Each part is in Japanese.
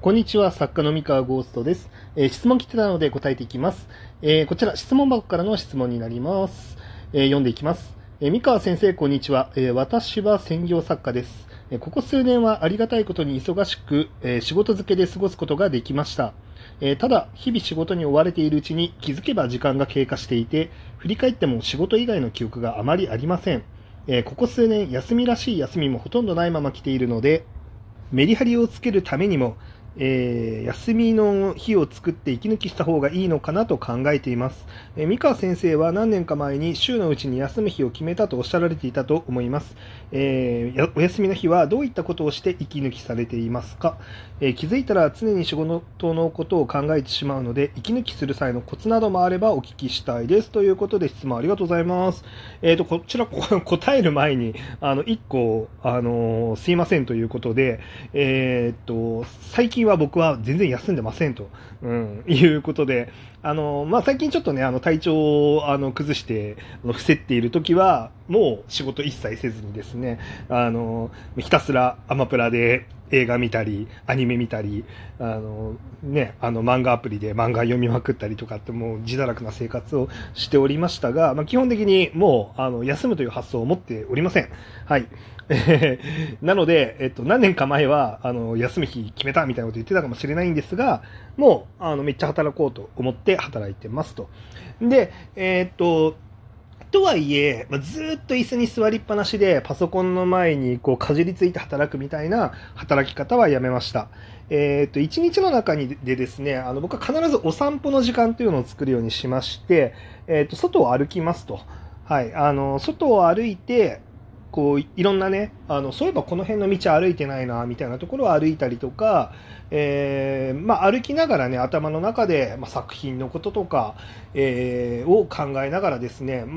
こんにちは、作家の三河ゴーストです。質問来てたので答えていきます。こちら質問箱からの質問になります。読んでいきます。三河先生、こんにちは。私は専業作家です。ここ数年はありがたいことに忙しく、仕事漬けで過ごすことができました。ただ、日々仕事に追われているうちに気づけば時間が経過していて、振り返っても仕事以外の記憶があまりありません。ここ数年、休みらしい休みもほとんどないまま来ているので、メリハリをつけるためにも、休みの日を作って息抜きした方がいいのかなと考えています。三河先生は何年か前に週のうちに休む日を決めたとおっしゃられていたと思います。お休みの日はどういったことをして息抜きされていますか？気づいたら常に仕事のことを考えてしまうので、息抜きする際のコツなどもあればお聞きしたいです。ということで質問ありがとうございます。こちら答える前に1個すいませんということで、最近は僕は全然休んでませんと、いうことで、最近ちょっとね、体調を崩して伏せっている時は、もう仕事一切せずにですね、ひたすらアマプラで映画見たり、アニメ見たり、漫画アプリで漫画読みまくったりとかって、もう自堕落な生活をしておりましたが、基本的にもう、休むという発想を持っておりません。はい。なので、何年か前は、休む日決めたみたいなこと言ってたかもしれないんですが、もう、めっちゃ働こうと思って働いてますと。で、とはいえ、ずっと椅子に座りっぱなしでパソコンの前にこうかじりついて働くみたいな働き方はやめました。一日の中でですね、僕は必ずお散歩の時間というのを作るようにしまして、外を歩きますと。はい。外を歩いて、こういろんなね、そういえばこの辺の道歩いてないなみたいなところを歩いたりとか、歩きながらね、頭の中で、作品のこととか、を考えながらですね、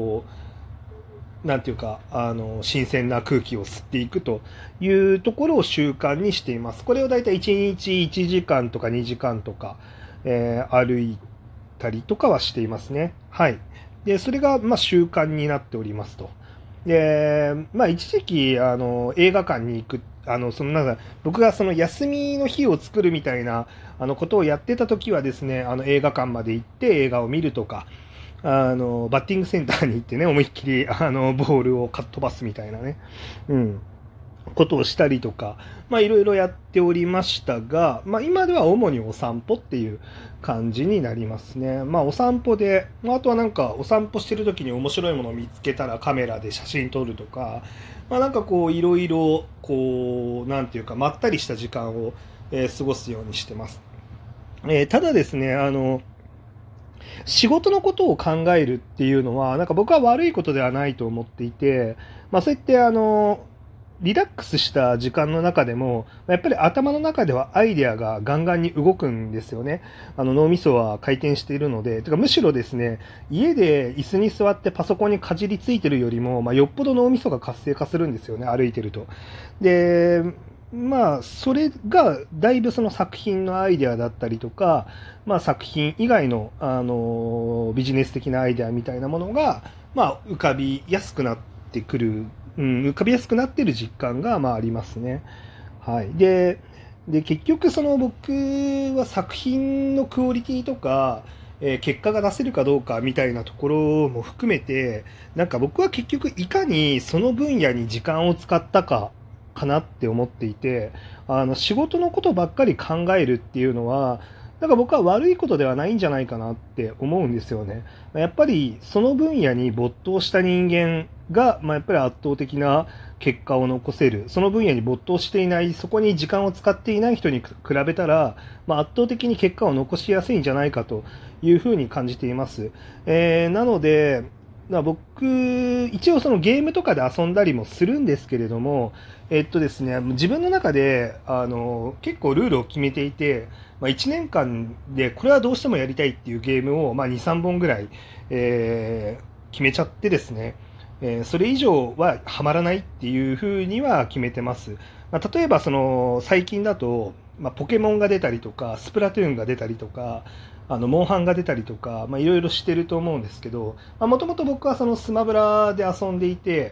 なんていうか、新鮮な空気を吸っていくというところを習慣にしています。これをだいたい1日1時間とか2時間とか、歩いたりとかはしていますね。はい。で、それが、習慣になっておりますと。で、一時期、映画館に行く、僕がその休みの日を作るみたいな、ことをやってた時はですね、映画館まで行って映画を見るとか、バッティングセンターに行ってね、思いっきり、ボールをかっ飛ばすみたいなね、ことをしたりとか、いろいろやっておりましたが、今では主にお散歩っていう感じになりますね。お散歩で、あとはなんかお散歩してる時に面白いものを見つけたらカメラで写真撮るとか、なんかこういろいろこうなんていうかまったりした時間を、過ごすようにしてます。ただですね、仕事のことを考えるっていうのはなんか僕は悪いことではないと思っていて、そうやってリラックスした時間の中でも、やっぱり頭の中ではアイデアがガンガンに動くんですよね。脳みそは回転しているので、むしろですね、家で椅子に座ってパソコンにかじりついてるよりも、よっぽど脳みそが活性化するんですよね、歩いてると。で、それが、だいぶその作品のアイデアだったりとか、作品以外の、ビジネス的なアイデアみたいなものが、浮かびやすくなってくる、浮かびやすくなっている実感がありますね。はい。で、結局その僕は作品のクオリティとか、結果が出せるかどうかみたいなところも含めて、なんか僕は結局いかにその分野に時間を使ったかなって思っていて、仕事のことばっかり考えるっていうのは、なんか僕は悪いことではないんじゃないかなって思うんですよね。やっぱりその分野に没頭した人間が、やっぱり圧倒的な結果を残せる。その分野に没頭していない、そこに時間を使っていない人に比べたら、圧倒的に結果を残しやすいんじゃないかというふうに感じています。なので、僕、一応そのゲームとかで遊んだりもするんですけれども、ですね、自分の中で、結構ルールを決めていて、1年間でこれはどうしてもやりたいっていうゲームを、2、3本ぐらい、決めちゃってですね、それ以上はハマらないっていうふうには決めてます。例えばその最近だと、ポケモンが出たりとか、スプラトゥーンが出たりとか、モンハンが出たりとか、いろいろしてると思うんですけど、もともと僕はそのスマブラで遊んでいて、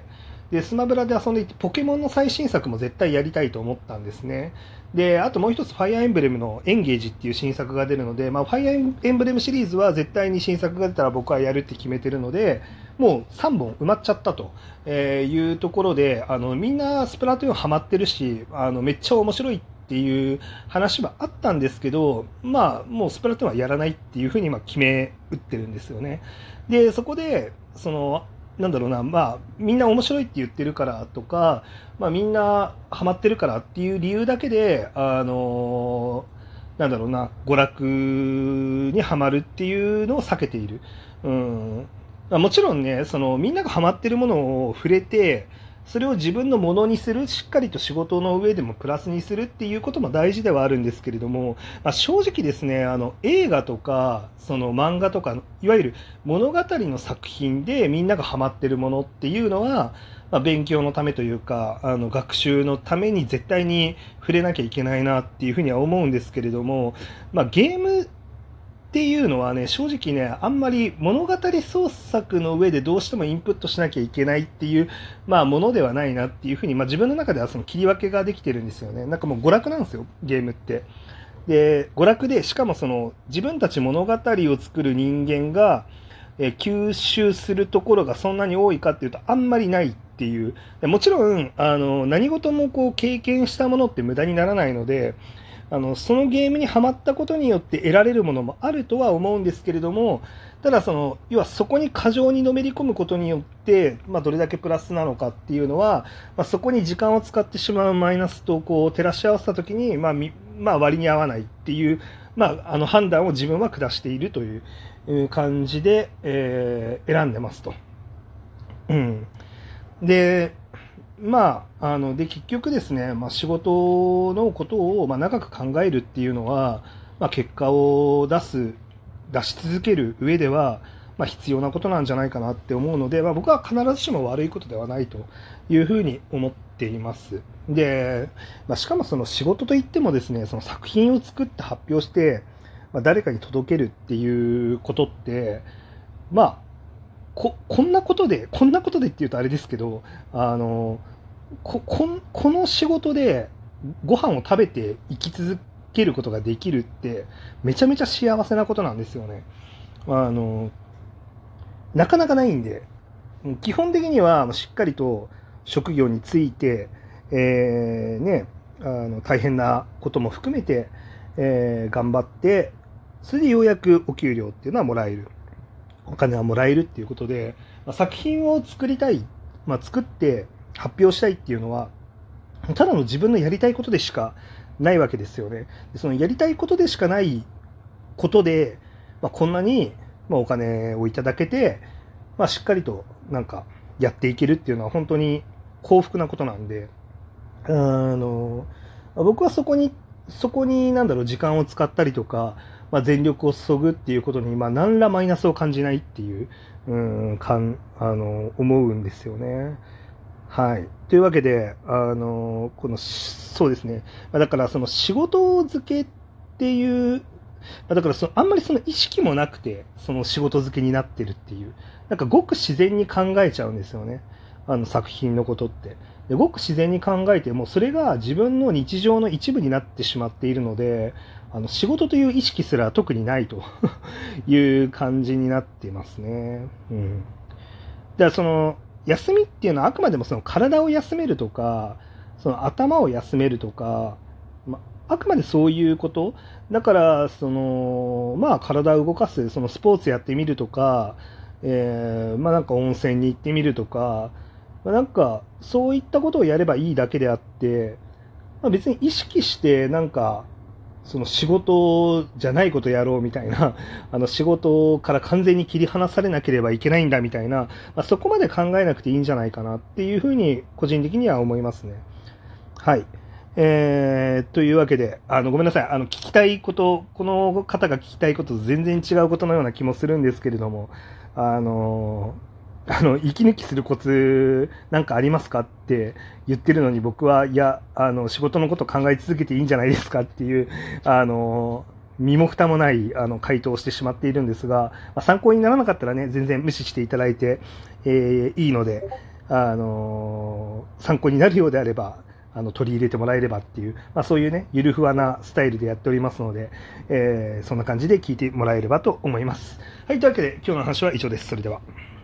で、スマブラで遊んでいて、ポケモンの最新作も絶対やりたいと思ったんですね。で、あともう一つ、ファイアーエンブレムのエンゲージっていう新作が出るので、ファイアーエンブレムシリーズは絶対に新作が出たら僕はやるって決めてるので、もう3本埋まっちゃったというところで、みんなスプラトゥーンハマってるし、めっちゃ面白いっていう話はあったんですけど、もうスプラトゥーンはやらないっていうふうに決め打ってるんですよね。で、そこで、なんだろうな、みんな面白いって言ってるからとか、みんなハマってるからっていう理由だけで、なんだろうな、娯楽にハマるっていうのを避けている。もちろんね、みんながハマってるものを触れて、それを自分のものにする、しっかりと仕事の上でもプラスにするっていうことも大事ではあるんですけれども、正直ですね、映画とか、漫画とか、いわゆる物語の作品でみんながハマってるものっていうのは、勉強のためというか、学習のために絶対に触れなきゃいけないなっていうふうには思うんですけれども、ゲームっていうのはね、正直ね、あんまり物語創作の上でどうしてもインプットしなきゃいけないっていう、ものではないなっていうふうに、自分の中ではその切り分けができてるんですよね。なんかもう娯楽なんですよ、ゲームって。で、娯楽で、しかも自分たち物語を作る人間が、吸収するところがそんなに多いかっていうと、あんまりないっていう。もちろん、何事もこう経験したものって無駄にならないので、そのゲームにはまったことによって得られるものもあるとは思うんですけれども、ただ要はそこに過剰にのめり込むことによって、どれだけプラスなのかっていうのは、そこに時間を使ってしまうマイナスとこう照らし合わせたときに、割に合わないっていう、判断を自分は下しているという感じで、選んでますと。で、で結局ですね、仕事のことを長く考えるっていうのは、結果を出し続ける上では、必要なことなんじゃないかなって思うので、僕は必ずしも悪いことではないというふうに思っています。で、しかも仕事といってもですね、その作品を作って発表して、誰かに届けるっていうことって、こんなことでっていうとあれですけど、この仕事でご飯を食べて生き続けることができるってめちゃめちゃ幸せなことなんですよね。なかなかないんで、基本的にはしっかりと職業について、大変なことも含めて、頑張って、それでようやくお給料っていうのはもらえる。お金はもらえるっていうことで、作品を作りたい、作って発表したいっていうのは、ただの自分のやりたいことでしかないわけですよね。そのやりたいことでしかないことで、こんなにお金をいただけて、しっかりとなんかやっていけるっていうのは本当に幸福なことなんで、僕はそこに時間を使ったりとか、全力を注ぐっていうことに、何らマイナスを感じないっていう、思うんですよね。はい。というわけで、そうですね。だから、仕事漬けっていう、だからあんまり意識もなくて、仕事漬けになってるっていう、なんかごく自然に考えちゃうんですよね。作品のことって。でごく自然に考えても、それが自分の日常の一部になってしまっているので、仕事という意識すら特にないという感じになっていますね。だから休みっていうのはあくまでも体を休めるとか、頭を休めるとか、あくまでそういうこと。だから、体を動かす、スポーツやってみるとか、なんか温泉に行ってみるとか、なんか、そういったことをやればいいだけであって、別に意識して、なんか、仕事じゃないことやろうみたいな、仕事から完全に切り離されなければいけないんだみたいな、そこまで考えなくていいんじゃないかなっていうふうに、個人的には思いますね。はい。というわけで、ごめんなさい。聞きたいこと、この方が聞きたいことと全然違うことのような気もするんですけれども、息抜きするコツなんかありますかって言ってるのに僕は、いや、仕事のこと考え続けていいんじゃないですかっていう、身も蓋もない回答をしてしまっているんですが、参考にならなかったらね、全然無視していただいて、いいので、 参考になるようであれば、取り入れてもらえればっていう、そういうね、ゆるふわなスタイルでやっておりますので、そんな感じで聞いてもらえればと思います。はい、というわけで今日の話は以上です。それでは。